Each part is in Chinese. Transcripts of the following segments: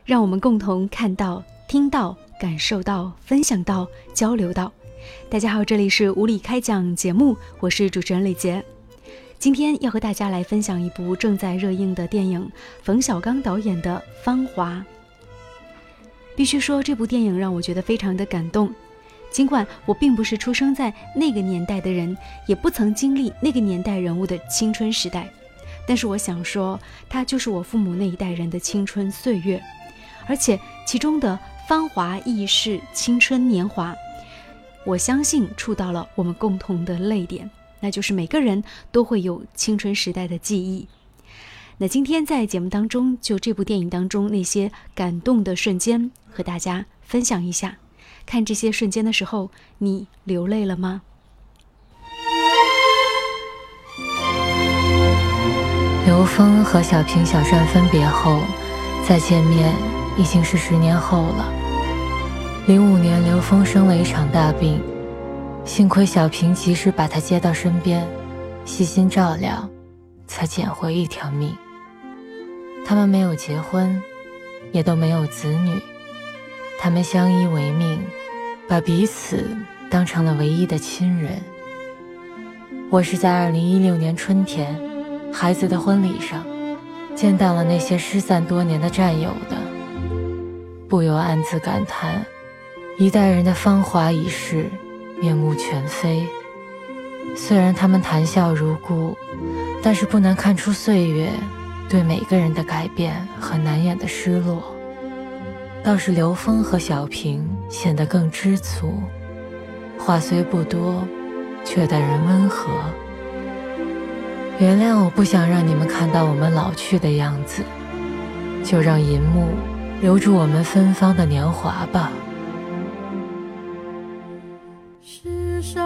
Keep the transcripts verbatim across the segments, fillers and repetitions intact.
让我们共同看到、听到、感受到、分享到、交流到。大家好，这里是无理开讲节目，我是主持人李杰。今天要和大家来分享一部正在热映的电影，冯小刚导演的《芳华》。必须说，这部电影让我觉得非常的感动。尽管我并不是出生在那个年代的人，也不曾经历那个年代人物的青春时代，但是我想说，它就是我父母那一代人的青春岁月，而且其中的芳华易逝、青春年华，我相信触到了我们共同的泪点，那就是每个人都会有青春时代的记忆。那今天在节目当中，就这部电影当中那些感动的瞬间和大家分享一下。看这些瞬间的时候，你流泪了吗？ 刘峰和小平、小善分别后，再见面已经是十年后了。零五年，刘峰生了一场大病，幸亏小平及时把他接到身边，细心照料，才捡回一条命。他们没有结婚，也都没有子女，他们相依为命，把彼此当成了唯一的亲人。我是在二零一六年春天孩子的婚礼上见到了那些失散多年的战友的，不由暗自感叹，一代人的芳华已逝，面目全非。虽然他们谈笑如故，但是不难看出岁月对每个人的改变和难掩的失落。倒是刘峰和小平显得更知足，话虽不多，却待人温和。原谅我不想让你们看到我们老去的样子，就让银幕留住我们芬芳的年华吧。 世上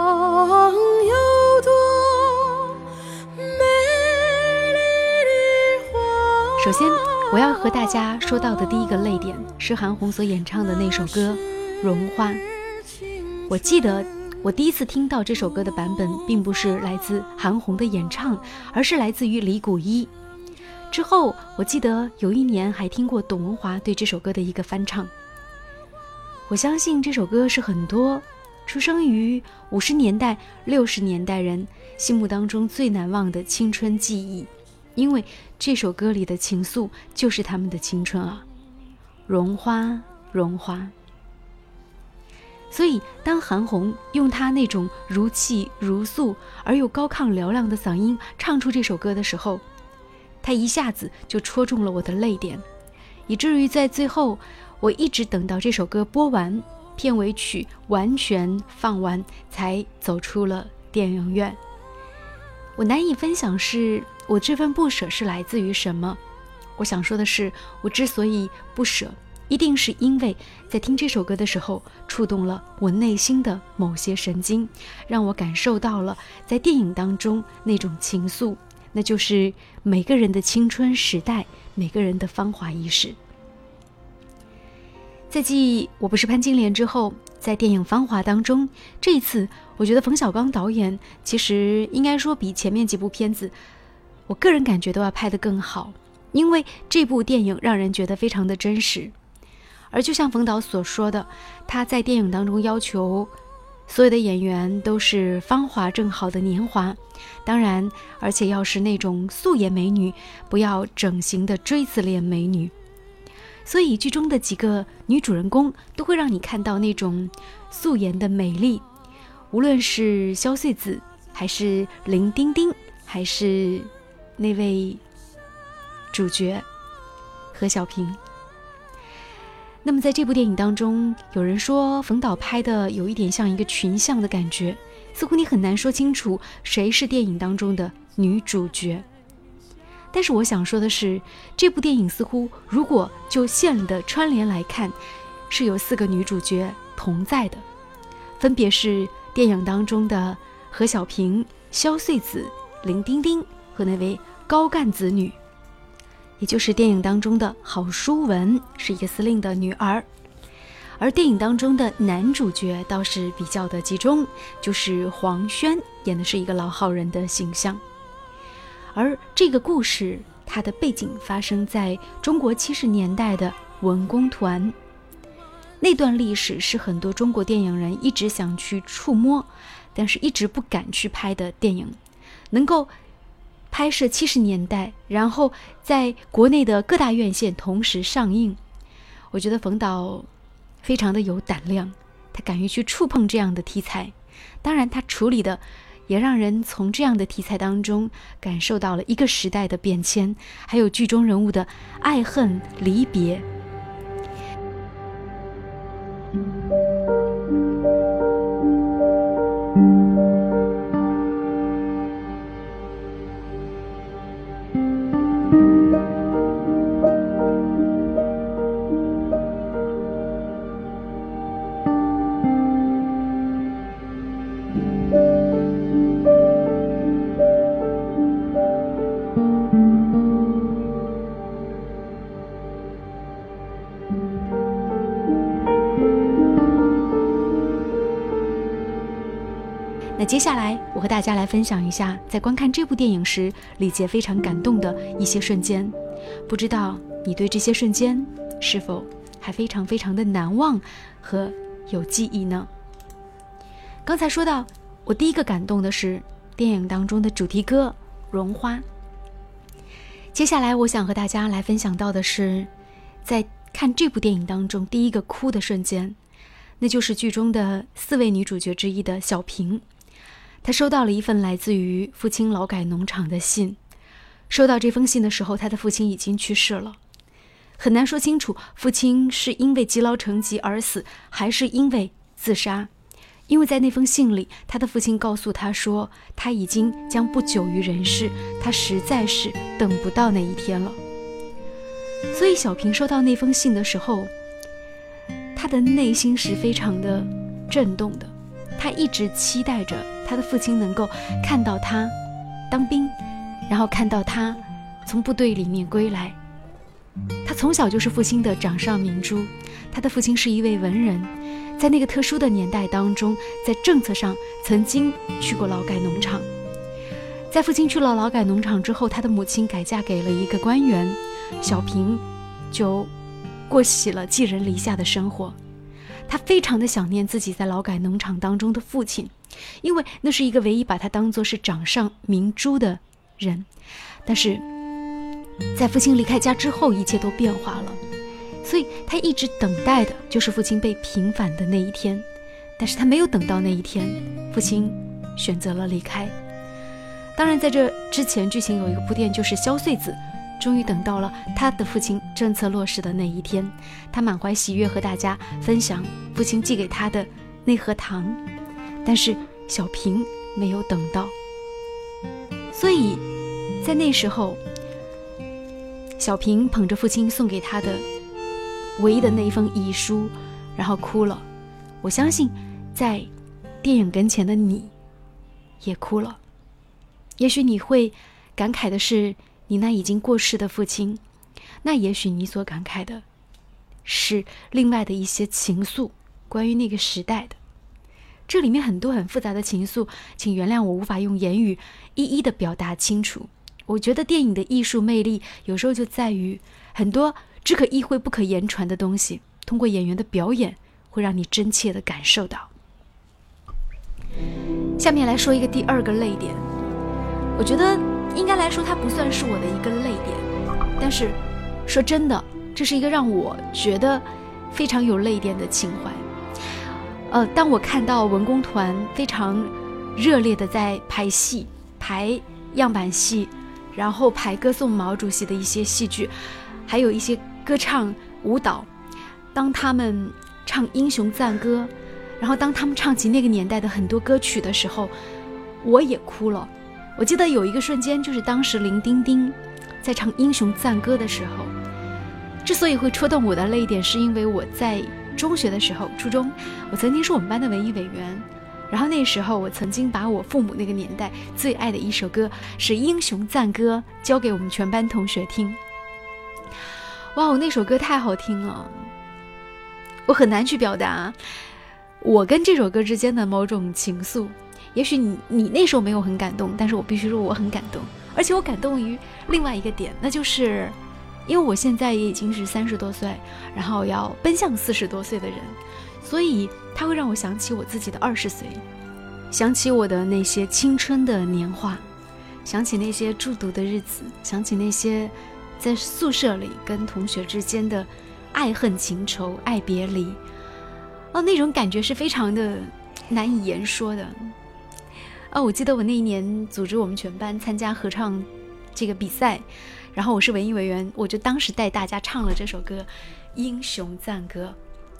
有多美丽的花。 首先我要和大家说到的第一个泪点是韩红所演唱的那首歌《绒花》。我记得我第一次听到这首歌的版本并不是来自韩红的演唱，而是来自于李谷一。之后我记得有一年还听过董文华对这首歌的一个翻唱。我相信这首歌是很多出生于五十年代、六十年代人心目当中最难忘的青春记忆，因为这首歌里的情愫就是他们的青春啊，绒花，绒花。所以当韩红用她那种如泣如诉而又高亢嘹亮的嗓音唱出这首歌的时候，她一下子就戳中了我的泪点，以至于在最后我一直等到这首歌播完，片尾曲完全放完，才走出了电影院。我难以分享是我这份不舍是来自于什么。我想说的是，我之所以不舍，一定是因为在听这首歌的时候触动了我内心的某些神经，让我感受到了在电影当中那种情愫，那就是每个人的青春时代，每个人的芳华易逝。在继《我不是潘金莲》之后，在电影《芳华》当中，这一次我觉得冯小刚导演其实应该说比前面几部片子我个人感觉都要拍得更好，因为这部电影让人觉得非常的真实。而就像冯导所说的，他在电影当中要求所有的演员都是芳华正好的年华，当然而且要是那种素颜美女，不要整形的锥子脸美女。所以剧中的几个女主人公都会让你看到那种素颜的美丽，无论是萧穗子还是林丁丁，还是那位主角何小萍。那么在这部电影当中，有人说冯导拍的有一点像一个群像的感觉，似乎你很难说清楚谁是电影当中的女主角。但是我想说的是，这部电影似乎如果就线的串联来看，是有四个女主角同在的，分别是电影当中的何小萍、萧穗子、林丁丁和那位高干子女，也就是电影当中的郝淑文，是一个司令的女儿。而电影当中的男主角倒是比较的集中，就是黄轩，演的是一个老好人的形象。而这个故事它的背景发生在中国七十年代的文工团。那段历史是很多中国电影人一直想去触摸，但是一直不敢去拍的电影。能够拍摄七十年代，然后在国内的各大院线同时上映，我觉得冯导非常的有胆量，他敢于去触碰这样的题材。当然他处理的也让人从这样的题材当中感受到了一个时代的变迁，还有剧中人物的爱恨离别。那接下来我和大家来分享一下在观看这部电影时李杰非常感动的一些瞬间，不知道你对这些瞬间是否还非常非常的难忘和有记忆呢？刚才说到我第一个感动的是电影当中的主题歌《绒花》，接下来我想和大家来分享到的是在看这部电影当中第一个哭的瞬间，那就是剧中的四位女主角之一的小平。她收到了一份来自于父亲劳改农场的信，收到这封信的时候，她的父亲已经去世了，很难说清楚父亲是因为积劳成疾而死，还是因为自杀。因为在那封信里，他的父亲告诉他说，他已经将不久于人世，他实在是等不到那一天了。所以小平收到那封信的时候，他的内心是非常的震动的，他一直期待着他的父亲能够看到他当兵，然后看到他从部队里面归来。他从小就是父亲的掌上明珠，他的父亲是一位文人，在那个特殊的年代当中，在政策上曾经去过劳改农场。在父亲去了劳改农场之后，他的母亲改嫁给了一个官员，小平就过起了寄人篱下的生活。他非常的想念自己在劳改农场当中的父亲，因为那是一个唯一把他当作是掌上明珠的人。但是在父亲离开家之后，一切都变化了，所以他一直等待的就是父亲被平反的那一天。但是他没有等到那一天，父亲选择了离开。当然在这之前剧情有一个铺垫，就是萧穗子终于等到了他的父亲政策落实的那一天，他满怀喜悦和大家分享父亲寄给他的那盒糖，但是小平没有等到。所以在那时候，小平捧着父亲送给他的唯一的那一封遗书，然后哭了。我相信在电影跟前的你也哭了，也许你会感慨的是你那已经过世的父亲，那也许你所感慨的是另外的一些情愫，关于那个时代的。这里面很多很复杂的情愫，请原谅我无法用言语一一的表达清楚。我觉得电影的艺术魅力有时候就在于很多只可意会不可言传的东西，通过演员的表演会让你真切的感受到。下面来说一个第二个泪点，我觉得应该来说它不算是我的一个泪点，但是说真的，这是一个让我觉得非常有泪点的情怀。呃，当我看到文工团非常热烈的在排戏，排样板戏，然后排歌颂毛主席的一些戏剧，还有一些歌唱舞蹈，当他们唱英雄赞歌，然后当他们唱起那个年代的很多歌曲的时候，我也哭了。我记得有一个瞬间，就是当时林丁丁在唱英雄赞歌的时候，之所以会戳动我的泪点，是因为我在中学的时候，初中，我曾经是我们班的文艺委员，然后那时候我曾经把我父母那个年代最爱的一首歌是英雄赞歌交给我们全班同学听。哇，那首歌太好听了，我很难去表达我跟这首歌之间的某种情愫。也许你你那时候没有很感动，但是我必须说我很感动， 而且我感动于另外一个点，那就是因为我现在也已经是三十多岁，然后要奔向四十多岁的人，所以它会让我想起我自己的二十岁，想起我的那些青春的年华，想起那些住读的日子，想起那些在宿舍里跟同学之间的爱恨情仇、爱别离，哦，那种感觉是非常的难以言说的。哦，我记得我那一年组织我们全班参加合唱这个比赛，然后我是文艺委员，我就当时带大家唱了这首歌《英雄赞歌》。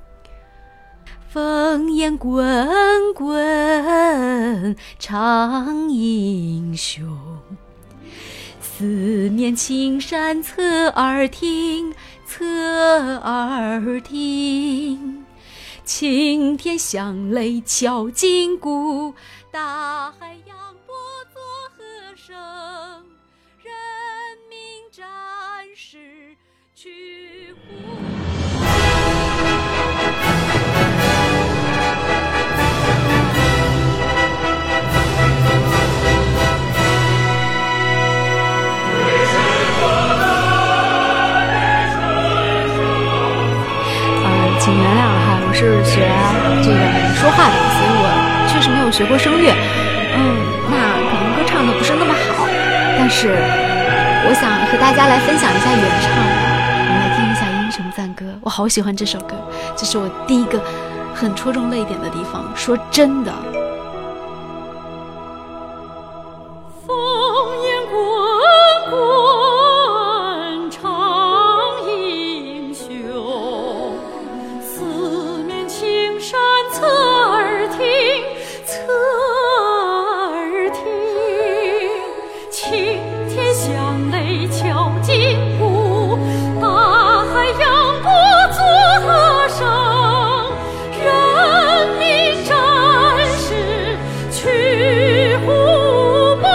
烽烟滚滚唱英雄，四面青山侧耳听，侧耳听，青天响雷敲金鼓，大海扬波作和声，人民战士去呼。请原谅哈，我是学这个说话的，所以我确实没有学过声乐，嗯，那可能歌唱的不是那么好，但是我想和大家来分享一下原唱，我们来听一下《英雄赞歌》，我好喜欢这首歌，这是我第一个很戳中泪点的地方。说真的， 烽烟滚滚唱英雄，四面青山侧耳听，侧耳听，青天响雷敲金鼓，大海扬波作和声，人民战士去呼报，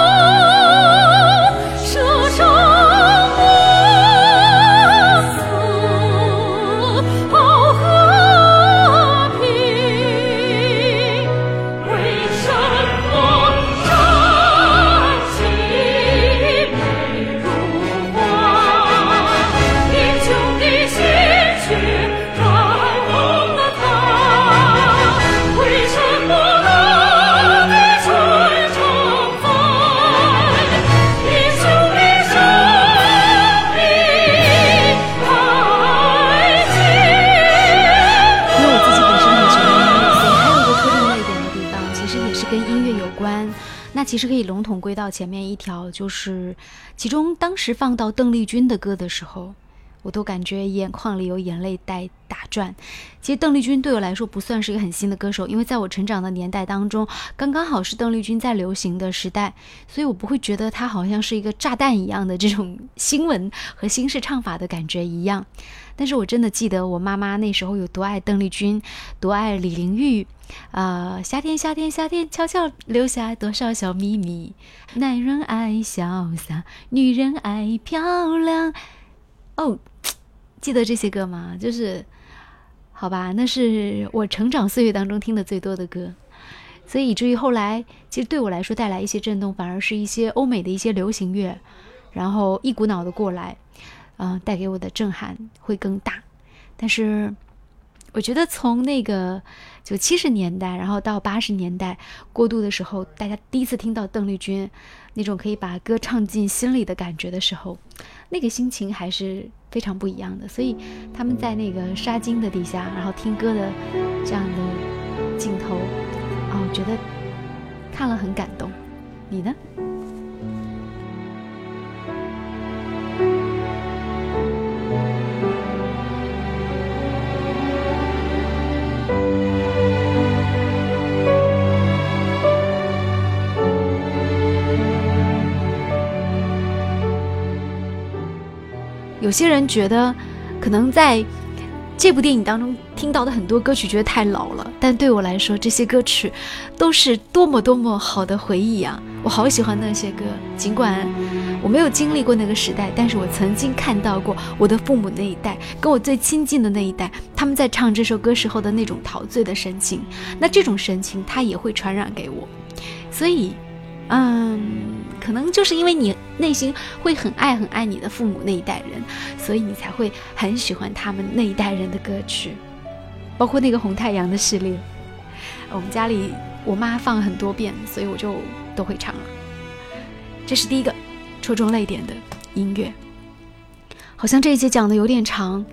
舍生莫死报和平。为什么战旗美如画？英雄的鲜血染红了它。为什么那的春常在？英雄的生命太轻。 因为我自己本身很喜欢音乐，所以还有一个戳中泪点的地方，其实也是跟音乐有关。那其实可以笼统归到前面一条，就是其中当时放到邓丽君的歌的时候，我都感觉眼眶里有眼泪在打转。其实邓丽君对我来说不算是一个很新的歌手，因为在我成长的年代当中，刚刚好是邓丽君在流行的时代，所以我不会觉得她好像是一个炸弹一样的这种新闻和新式唱法的感觉一样。但是我真的记得我妈妈那时候有多爱邓丽君，多爱李玲玉，呃，夏天夏天夏天悄悄留下多少小秘密，男人爱潇洒，女人爱漂亮。哦，记得这些歌吗？就是好吧，那是我成长岁月当中听的最多的歌，所以以至于后来其实对我来说带来一些震动，反而是一些欧美的一些流行乐，然后一股脑的过来，嗯、呃，带给我的震撼会更大。但是我觉得从那个就七十年代，然后到八十年代过渡的时候，大家第一次听到邓丽君那种可以把歌唱进心里的感觉的时候，那个心情还是非常不一样的。所以他们在那个纱巾的底下，然后听歌的这样的镜头，啊、哦，我觉得看了很感动。你呢？有些人觉得可能在这部电影当中听到的很多歌曲觉得太老了，但对我来说这些歌曲都是多么多么好的回忆啊！我好喜欢那些歌，尽管我没有经历过那个时代，但是我曾经看到过我的父母那一代，跟我最亲近的那一代，他们在唱这首歌时候的那种陶醉的神情，那这种神情它也会传染给我。所以嗯，可能就是因为你内心会很爱很爱你的父母那一代人，所以你才会很喜欢他们那一代人的歌曲，包括那个红太阳的系列，我们家里我妈放很多遍，所以我就都会唱了。这是第一个戳中泪点的音乐。好像这一节讲的有点长，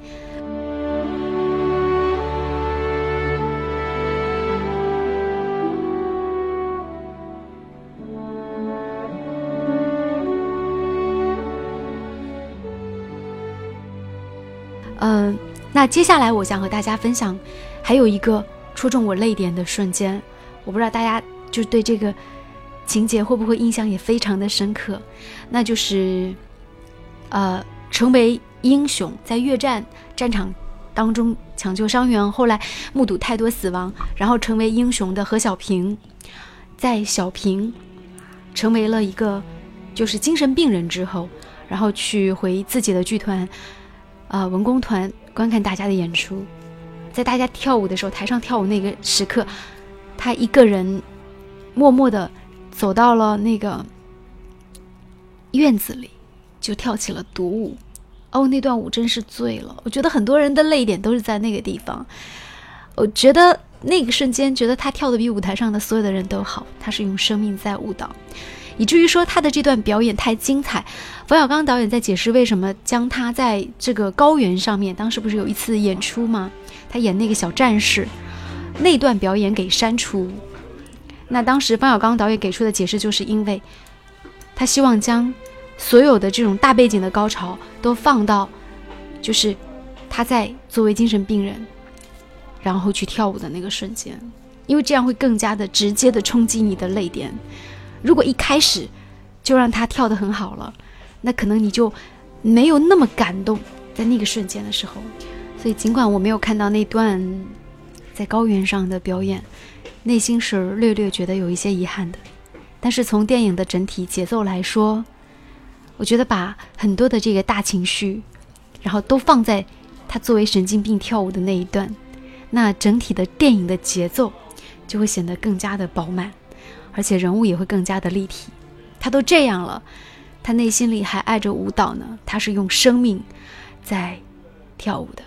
嗯、呃，那接下来我想和大家分享还有一个戳中我泪点的瞬间，我不知道大家就对这个情节会不会印象也非常的深刻，那就是呃成为英雄，在越战战场当中抢救伤员，后来目睹太多死亡，然后成为英雄的何小平，在小平成为了一个就是精神病人之后，然后去回自己的剧团呃文工团观看大家的演出，在大家跳舞的时候，台上跳舞那个时刻，他一个人默默地走到了那个院子里，就跳起了独舞。哦，那段舞真是醉了，我觉得很多人的泪点都是在那个地方。我觉得那个瞬间觉得他跳得比舞台上的所有的人都好，他是用生命在舞蹈，以至于说他的这段表演太精彩。冯小刚导演在解释为什么将他在这个高原上面，当时不是有一次演出吗，他演那个小战士那段表演给删除。那当时冯小刚导演给出的解释，就是因为他希望将所有的这种大背景的高潮都放到就是他在作为精神病人然后去跳舞的那个瞬间，因为这样会更加的直接的冲击你的泪点。如果一开始就让他跳得很好了，那可能你就没有那么感动在那个瞬间的时候。所以尽管我没有看到那段在高原上的表演，内心是略略觉得有一些遗憾的，但是从电影的整体节奏来说，我觉得把很多的这个大情绪然后都放在他作为神经病跳舞的那一段，那整体的电影的节奏就会显得更加的饱满，而且人物也会更加的立体。他都这样了，他内心里还爱着舞蹈呢，他是用生命在跳舞的。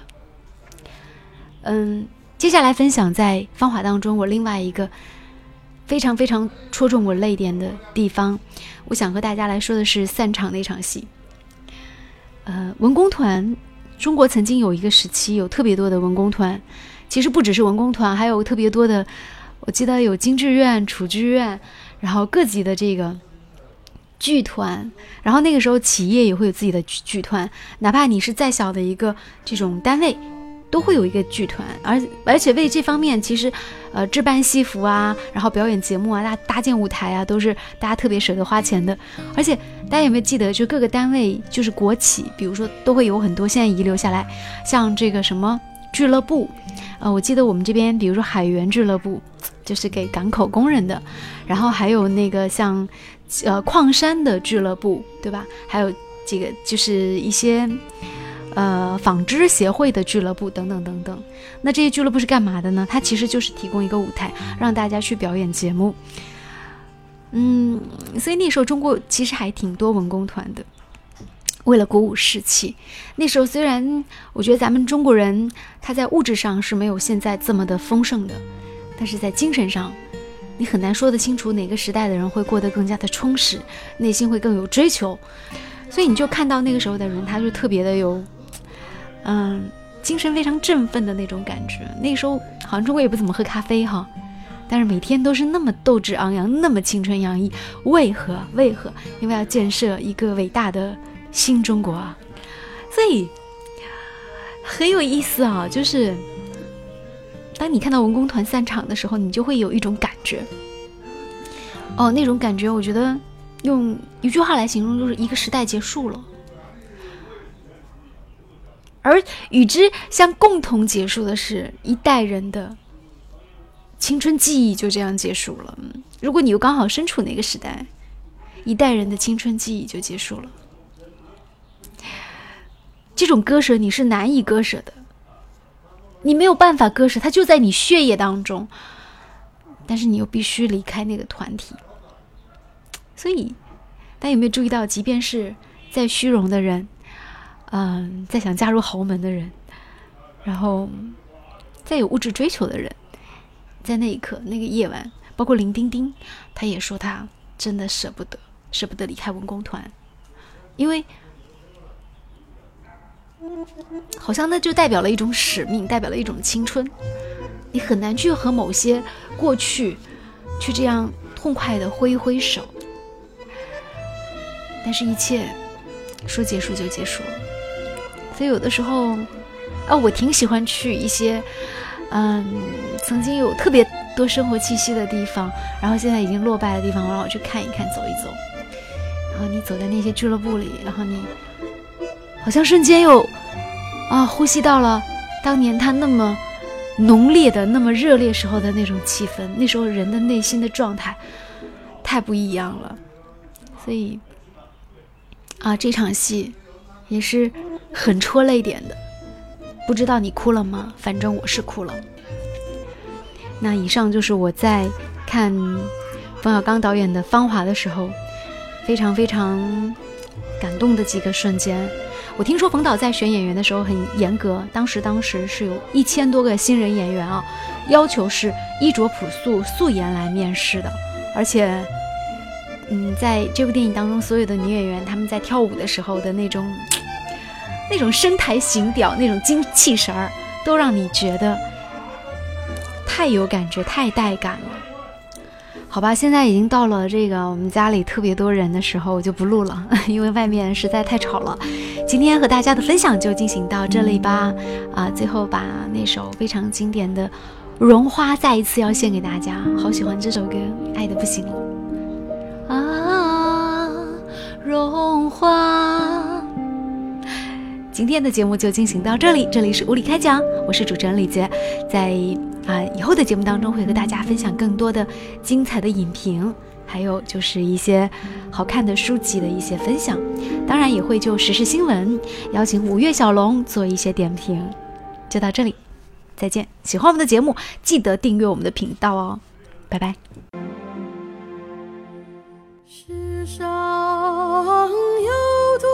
嗯，接下来分享在《芳华》当中我另外一个非常非常戳中我泪点的地方，我想和大家来说的是散场那场戏。呃，文工团，中国曾经有一个时期有特别多的文工团，其实不只是文工团，还有特别多的，我记得有京剧院、楚剧院，然后各级的这个剧团，然后那个时候企业也会有自己的剧团，哪怕你是再小的一个这种单位，都会有一个剧团，而而且为这方面其实呃置办戏服啊，然后表演节目啊，搭搭建舞台啊，都是大家特别舍得花钱的。而且大家有没有记得，就各个单位就是国企，比如说都会有很多现在遗留下来，像这个什么俱乐部，呃我记得我们这边比如说海员俱乐部就是给港口工人的，然后还有那个像呃矿山的俱乐部，对吧？还有这个就是一些呃，纺织协会的俱乐部等等等等。那这些俱乐部是干嘛的呢？它其实就是提供一个舞台，让大家去表演节目。嗯，所以那时候中国其实还挺多文工团的，为了鼓舞士气。那时候虽然我觉得咱们中国人他在物质上是没有现在这么的丰盛的，但是在精神上，你很难说得清楚哪个时代的人会过得更加的充实，内心会更有追求。所以你就看到那个时候的人，他就特别的有嗯，精神非常振奋的那种感觉。那时候好像中国也不怎么喝咖啡哈，但是每天都是那么斗志昂扬，那么青春洋溢。为何？为何？因为要建设一个伟大的新中国啊！所以很有意思啊，就是当你看到文工团散场的时候，你就会有一种感觉。哦，那种感觉，我觉得用一句话来形容，就是一个时代结束了。而与之相共同结束的是一代人的青春记忆就这样结束了。如果你又刚好身处那个时代，一代人的青春记忆就结束了。这种割舍你是难以割舍的，你没有办法割舍，它就在你血液当中，但是你又必须离开那个团体。 所以大家有没有注意到，即便是再虚荣的人，嗯，再想嫁入豪门的人，然后再有物质追求的人，在那一刻那个夜晚，包括林丁丁，他也说他真的舍不得舍不得离开文工团，因为好像那就代表了一种使命，代表了一种青春，你很难去和某些过去去这样痛快的挥一挥手，但是一切说结束就结束了。所以有的时候啊，我挺喜欢去一些嗯曾经有特别多生活气息的地方，然后现在已经落败的地方，我让我去看一看走一走，然后你走在那些俱乐部里，然后你好像瞬间又啊呼吸到了当年他那么浓烈的那么热烈时候的那种气氛，那时候人的内心的状态太不一样了。所以啊这场戏也是很戳泪点的，不知道你哭了吗？反正我是哭了。那以上就是我在看冯小刚导演的《芳华》的时候非常非常感动的几个瞬间。我听说冯导在选演员的时候很严格，当时当时是有一千多个新人演员啊，要求是衣着朴素素颜来面试的，而且嗯，在这部电影当中，所有的女演员她们在跳舞的时候的那种那种身材形调，那种精气神儿，都让你觉得太有感觉，太带感了。好吧，现在已经到了这个我们家里特别多人的时候，我就不录了，因为外面实在太吵了。今天和大家的分享就进行到这里吧。啊，最后把那首非常经典的《绒花》再一次要献给大家，好喜欢这首歌，爱得不行了。啊，绒花。今天的节目就进行到这里，这里是无理开讲，我是主持人李杰，在啊、呃、以后的节目当中会和大家分享更多的精彩的影评，还有就是一些好看的书籍的一些分享，当然也会就时事新闻邀请五月小龙做一些点评。就到这里，再见！喜欢我们的节目，记得订阅我们的频道哦，拜拜。 世上有多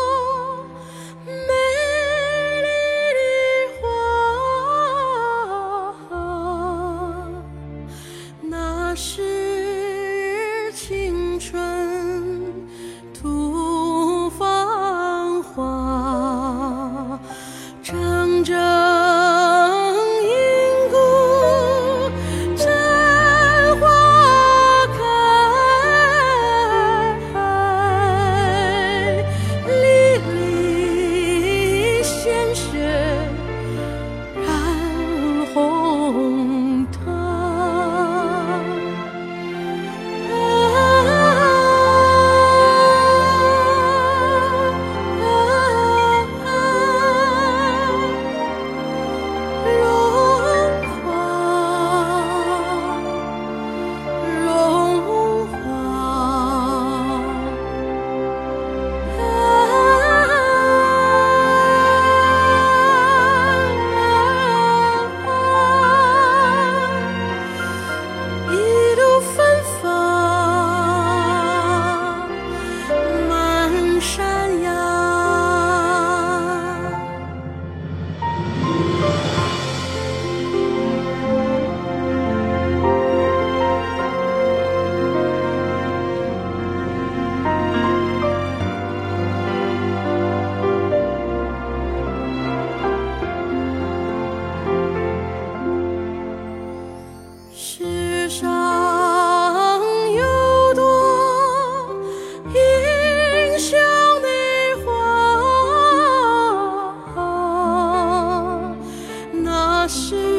是青春吐芳华，长征银谷绽花开，沥沥鲜血染红它。世上有多英雄的花，那是